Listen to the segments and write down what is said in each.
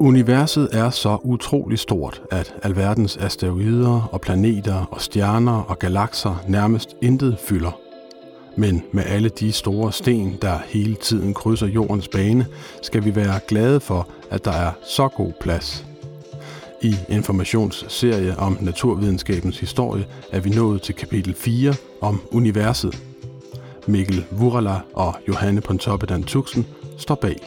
Universet er så utrolig stort, at alverdens asteroider og planeter og stjerner og galakser nærmest intet fylder. Men med alle de store sten, der hele tiden krydser jordens bane, skal vi være glade for, at der er så god plads. I informationsserie om naturvidenskabens historie er vi nået til kapitel 4 om universet. Mikkel Vurala og Johanne Pontoppidan Tuxen står bag.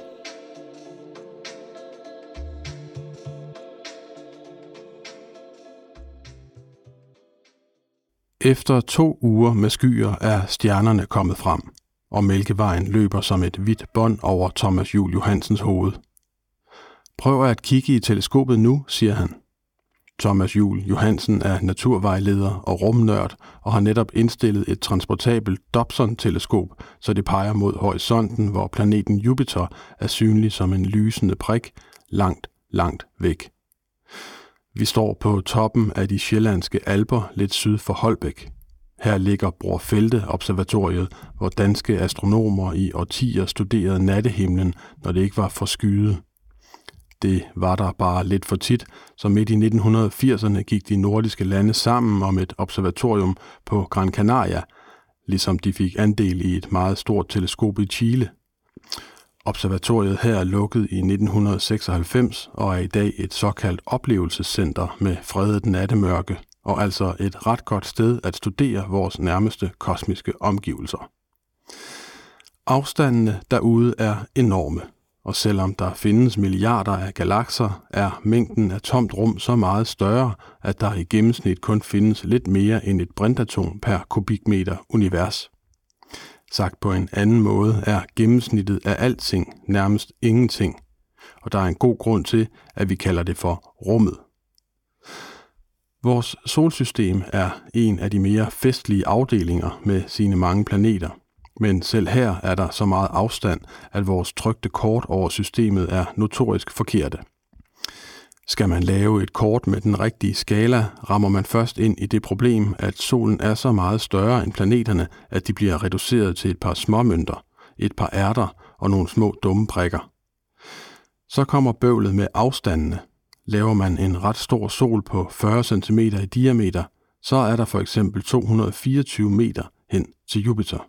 Efter 2 uger med skyer er stjernerne kommet frem, og Mælkevejen løber som et hvidt bånd over Thomas Juhl Johansens hoved. Prøv at kigge i teleskopet nu, siger han. Thomas Juhl Johansen er naturvejleder og rumnørd og har netop indstillet et transportabelt Dobson-teleskop, så det peger mod horisonten, hvor planeten Jupiter er synlig som en lysende prik langt, langt væk. Vi står på toppen af de sjællandske alper lidt syd for Holbæk. Her ligger Bror Felde-observatoriet, hvor danske astronomer i årtier studerede nattehimlen, når det ikke var for skyet. Det var der bare lidt for tit, så midt i 1980'erne gik de nordiske lande sammen om et observatorium på Gran Canaria, ligesom de fik andel i et meget stort teleskop i Chile. Observatoriet her er lukket i 1996 og er i dag et såkaldt oplevelsescenter med fredet nattemørke, og altså et ret godt sted at studere vores nærmeste kosmiske omgivelser. Afstandene derude er enorme, og selvom der findes milliarder af galakser, er mængden af tomt rum så meget større, at der i gennemsnit kun findes lidt mere end et brintatom per kubikmeter univers. Sagt på en anden måde er gennemsnittet af alting nærmest ingenting, og der er en god grund til, at vi kalder det for rummet. Vores solsystem er en af de mere festlige afdelinger med sine mange planeter, men selv her er der så meget afstand, at vores trykte kort over systemet er notorisk forkerte. Skal man lave et kort med den rigtige skala, rammer man først ind i det problem, at solen er så meget større end planeterne, at de bliver reduceret til et par småmønter, et par ærter og nogle små dumme prikker. Så kommer bøvlet med afstandene. Laver man en ret stor sol på 40 cm i diameter, så er der for eksempel 224 meter hen til Jupiter.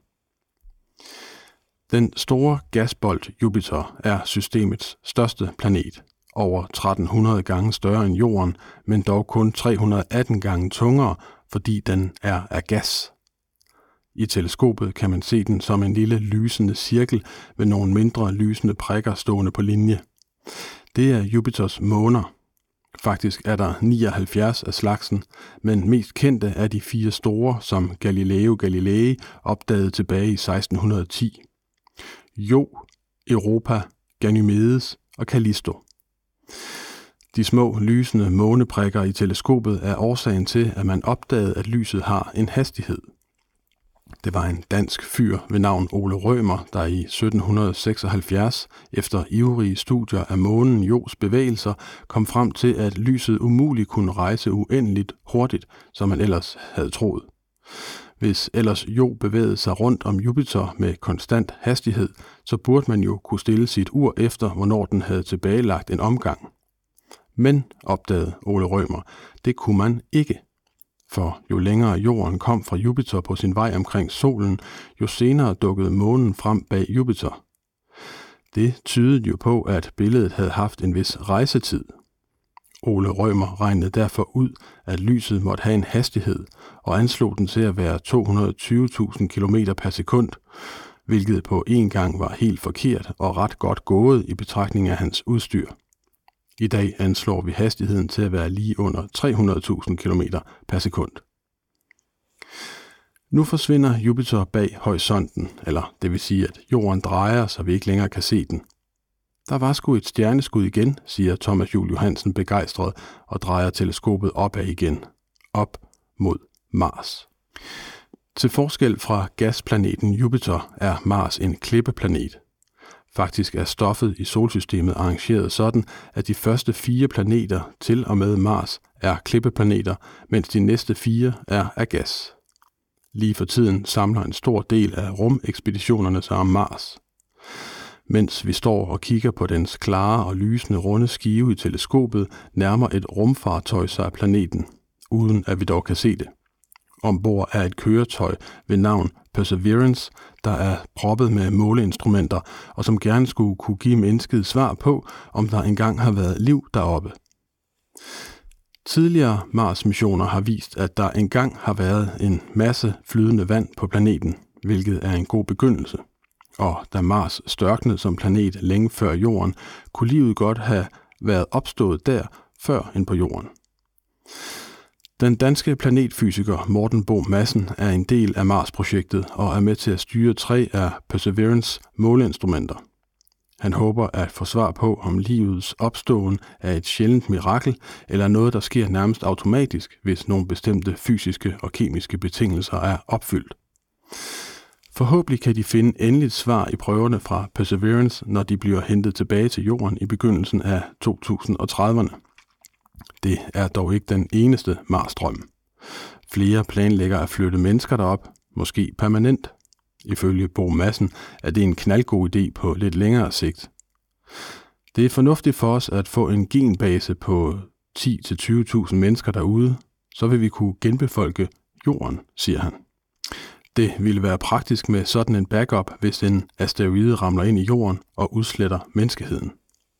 Den store gasbold Jupiter er systemets største planet. Over 1300 gange større end Jorden, men dog kun 318 gange tungere, fordi den er af gas. I teleskopet kan man se den som en lille lysende cirkel med nogle mindre lysende prikker stående på linje. Det er Jupiters måner. Faktisk er der 79 af slagsen, men mest kendte er de 4 store, som Galileo Galilei opdagede tilbage i 1610. Io, Europa, Ganymedes og Callisto. De små lysende måneprikker i teleskopet er årsagen til, at man opdagede, at lyset har en hastighed. Det var en dansk fyr ved navn Ole Rømer, der i 1776, efter ivrige studier af månen Jos bevægelser, kom frem til, at lyset umuligt kunne rejse uendeligt hurtigt, som man ellers havde troet. Hvis ellers Jo bevægede sig rundt om Jupiter med konstant hastighed, så burde man jo kunne stille sit ur efter, hvornår den havde tilbagelagt en omgang. Men, opdagede Ole Rømer, det kunne man ikke. For jo længere Jorden kom fra Jupiter på sin vej omkring solen, jo senere dukkede månen frem bag Jupiter. Det tydede jo på, at billedet havde haft en vis rejsetid. Ole Rømer regnede derfor ud, at lyset måtte have en hastighed, og anslog den til at være 220.000 km per sekund, hvilket på en gang var helt forkert og ret godt gået i betragtning af hans udstyr. I dag anslår vi hastigheden til at være lige under 300.000 km per sekund. Nu forsvinder Jupiter bag horisonten, eller det vil sige, at Jorden drejer, så vi ikke længere kan se den. Der var sgu et stjerneskud igen, siger Thomas Juhl Johansen begejstret og drejer teleskopet opad igen. Op mod Mars. Til forskel fra gasplaneten Jupiter er Mars en klippeplanet. Faktisk er stoffet i solsystemet arrangeret sådan, at de første 4 planeter til og med Mars er klippeplaneter, mens de næste 4 er af gas. Lige for tiden samler en stor del af rumekspeditionerne sig om Mars. mens vi står og kigger på dens klare og lysende runde skive i teleskopet, nærmer et rumfartøj sig af planeten, uden at vi dog kan se det. Ombord er et køretøj ved navn Perseverance, der er proppet med måleinstrumenter, og som gerne skulle kunne give mennesket svar på, om der engang har været liv deroppe. Tidligere Mars-missioner har vist, at der engang har været en masse flydende vand på planeten, hvilket er en god begyndelse. Og da Mars størknede som planet længe før Jorden, kunne livet godt have været opstået der før end på Jorden. Den danske planetfysiker Morten Bo Madsen er en del af Mars-projektet og er med til at styre 3 af Perseverance måleinstrumenter. Han håber at få svar på, om livets opståen er et sjældent mirakel eller noget, der sker nærmest automatisk, hvis nogle bestemte fysiske og kemiske betingelser er opfyldt. Forhåbentlig kan de finde endeligt svar i prøverne fra Perseverance, når de bliver hentet tilbage til Jorden i begyndelsen af 2030'erne. Det er dog ikke den eneste Mars-drøm. Flere planlægger at flytte mennesker derop, måske permanent. Ifølge Bo Madsen er det en knaldgod idé på lidt længere sigt. Det er fornuftigt for os at få en genbase på 10-20.000 mennesker derude, så vil vi kunne genbefolke Jorden, siger han. Det ville være praktisk med sådan en backup, hvis en asteroide ramler ind i Jorden og udsletter menneskeheden.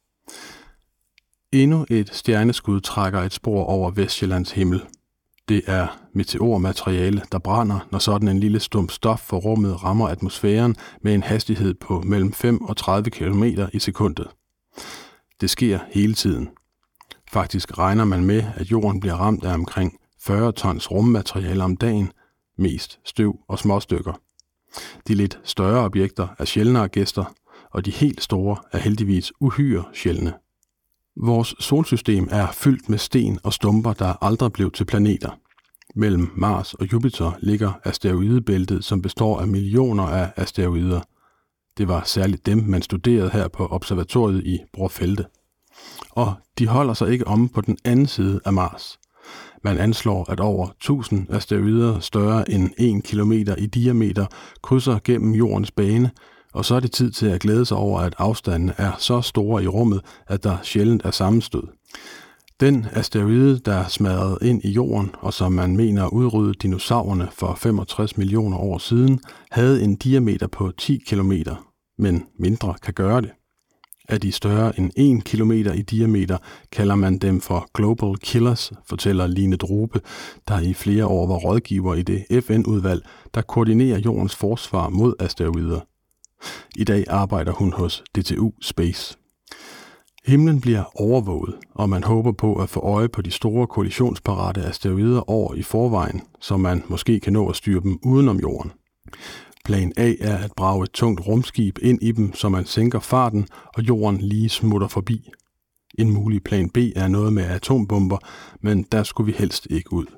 Endnu et stjerneskud trækker et spor over Vestsjællands himmel. Det er meteormateriale, der brænder, når sådan en lille stump stof fra rummet rammer atmosfæren med en hastighed på mellem 5 og 30 km i sekundet. Det sker hele tiden. Faktisk regner man med, at Jorden bliver ramt af omkring 40 tons rummateriale om dagen, mest støv og småstykker. De lidt større objekter er sjældnere gæster, og de helt store er heldigvis uhyre sjældne. Vores solsystem er fyldt med sten og stumper, der aldrig blev til planeter. Mellem Mars og Jupiter ligger asteroidebæltet, som består af millioner af asteroider. Det var særligt dem, man studerede her på observatoriet i Brorfelde. Og de holder sig ikke om på den anden side af Mars. Man anslår, at over 1000 asteroider større end 1 kilometer i diameter krydser gennem Jordens bane, og så er det tid til at glæde sig over, at afstanden er så store i rummet, at der sjældent er sammenstød. Den asteroide, der smadrede ind i Jorden, og som man mener udryddede dinosaurerne for 65 millioner år siden, havde en diameter på 10 kilometer, men mindre kan gøre det. Er de større end 1 kilometer i diameter, kalder man dem for Global Killers, fortæller Line Drobe, der i flere år var rådgiver i det FN-udvalg, der koordinerer Jordens forsvar mod asteroider. I dag arbejder hun hos DTU Space. Himlen bliver overvåget, og man håber på at få øje på de store kollisionsparate asteroider år i forvejen, så man måske kan nå at styre dem udenom Jorden. Plan A er at brage et tungt rumskib ind i dem, så man sænker farten, og Jorden lige smutter forbi. En mulig plan B er noget med atombomber, men der skulle vi helst ikke ud.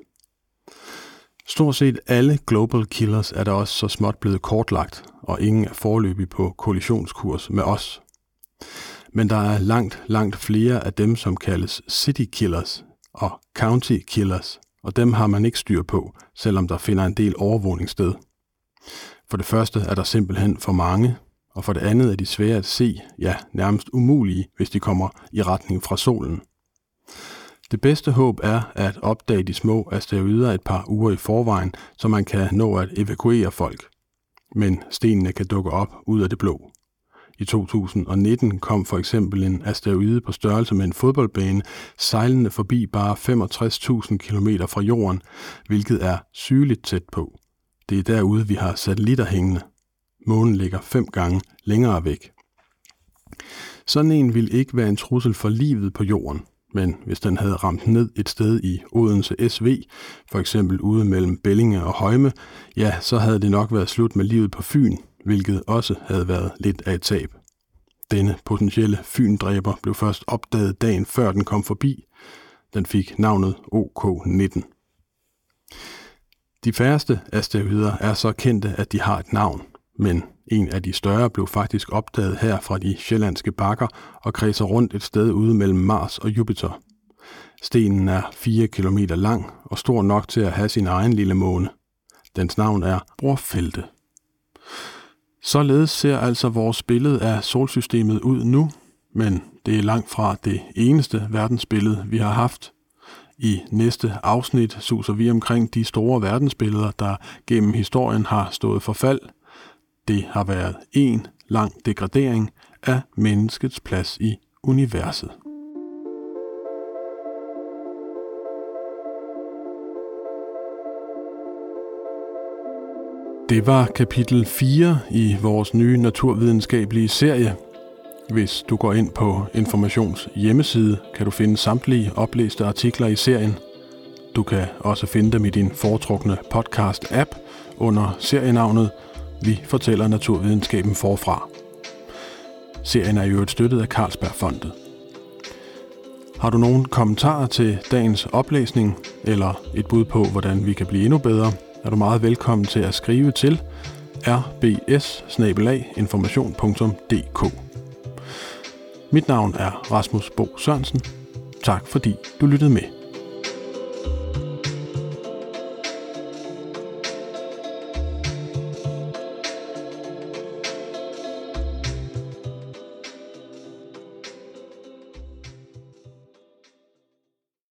Stort set alle Global Killers er der også så småt blevet kortlagt, og ingen er foreløbig på kollisionskurs med os. Men der er langt flere af dem, som kaldes City Killers og County Killers, og dem har man ikke styr på, selvom der finder en del overvågning sted. For det første er der simpelthen for mange, og for det andet er de svære at se, ja nærmest umulige, hvis de kommer i retning fra solen. Det bedste håb er at opdage de små asteroider et par uger i forvejen, så man kan nå at evakuere folk. Men stenene kan dukke op ud af det blå. I 2019 kom for eksempel en asteroide på størrelse med en fodboldbane sejlende forbi bare 65.000 km fra Jorden, hvilket er sygeligt tæt på. Det er derude, vi har satellitter hængende. Månen ligger 5 gange længere væk. Sådan en vil ikke være en trussel for livet på Jorden, men hvis den havde ramt ned et sted i Odense SV, for eksempel ude mellem Bellinge og Højme, ja, så havde det nok været slut med livet på Fyn, hvilket også havde været lidt af et tab. Denne potentielle Fyn-dræber blev først opdaget dagen før den kom forbi. Den fik navnet OK-19. De færreste asteroider er så kendte, at de har et navn, men en af de større blev faktisk opdaget her fra de sjællandske bakker og kredser rundt et sted ude mellem Mars og Jupiter. Stenen er 4 km lang og stor nok til at have sin egen lille måne. Dens navn er Brorfelde. Således ser altså vores billede af solsystemet ud nu, men det er langt fra det eneste verdensbillede, vi har haft. I næste afsnit suser vi omkring de store verdensbilleder, der gennem historien har stået for fald. Det har været en lang degradering af menneskets plads i universet. Det var kapitel 4 i vores nye naturvidenskabelige serie. Hvis du går ind på Informations hjemmeside, kan du finde samtlige oplæste artikler i serien. Du kan også finde dem i din foretrukne podcast-app under serienavnet Vi fortæller naturvidenskaben forfra. Serien er i øvrigt støttet af Carlsbergfondet. Har du nogle kommentarer til dagens oplæsning, eller et bud på, hvordan vi kan blive endnu bedre, er du meget velkommen til at skrive til rbs@information.dk. Mit navn er Rasmus Bo Sørensen. Tak fordi du lyttede med.